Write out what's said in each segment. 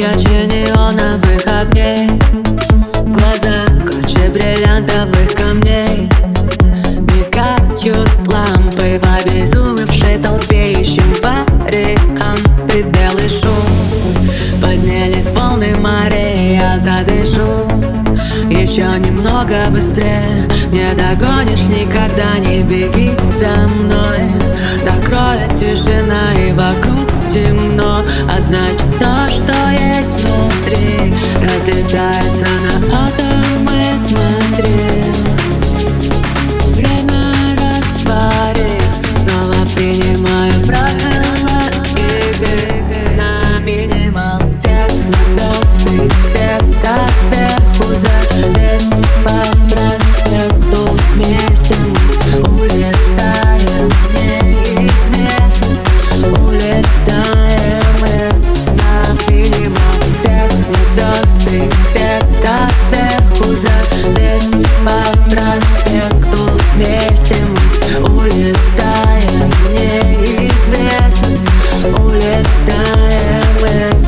ярче неоновых огней, глаза круче бриллиантовых камней. Мигают лампы в обезумевшей толпе, ищем варианты, белый шум. Поднялись волны морей, я задышу еще немного быстрее. Не догонишь никогда, не беги за мной. Накроет тишина и вокруг темно, а значит все, что есть внутри, разлетается на атомы. Смотри, время растворит, снова принимаю правила игры. На минимал техно звезды где-то сверху залезть по проспекту вместе мы улетаем в неизвестность. Улетаем мы на минимал техно звезды где-то сверху залезть по проспекту вместе мы улетаем в неизвестность. Улетаем мы.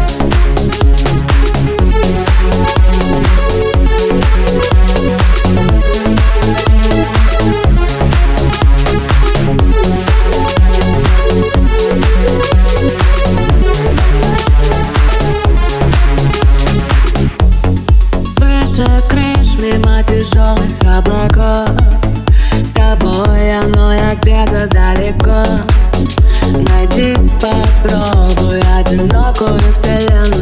Выше крыш, мимо тяжелых облаков, с тобой я, но я где-то далеко. Найди, попробуй одинокую вселенную.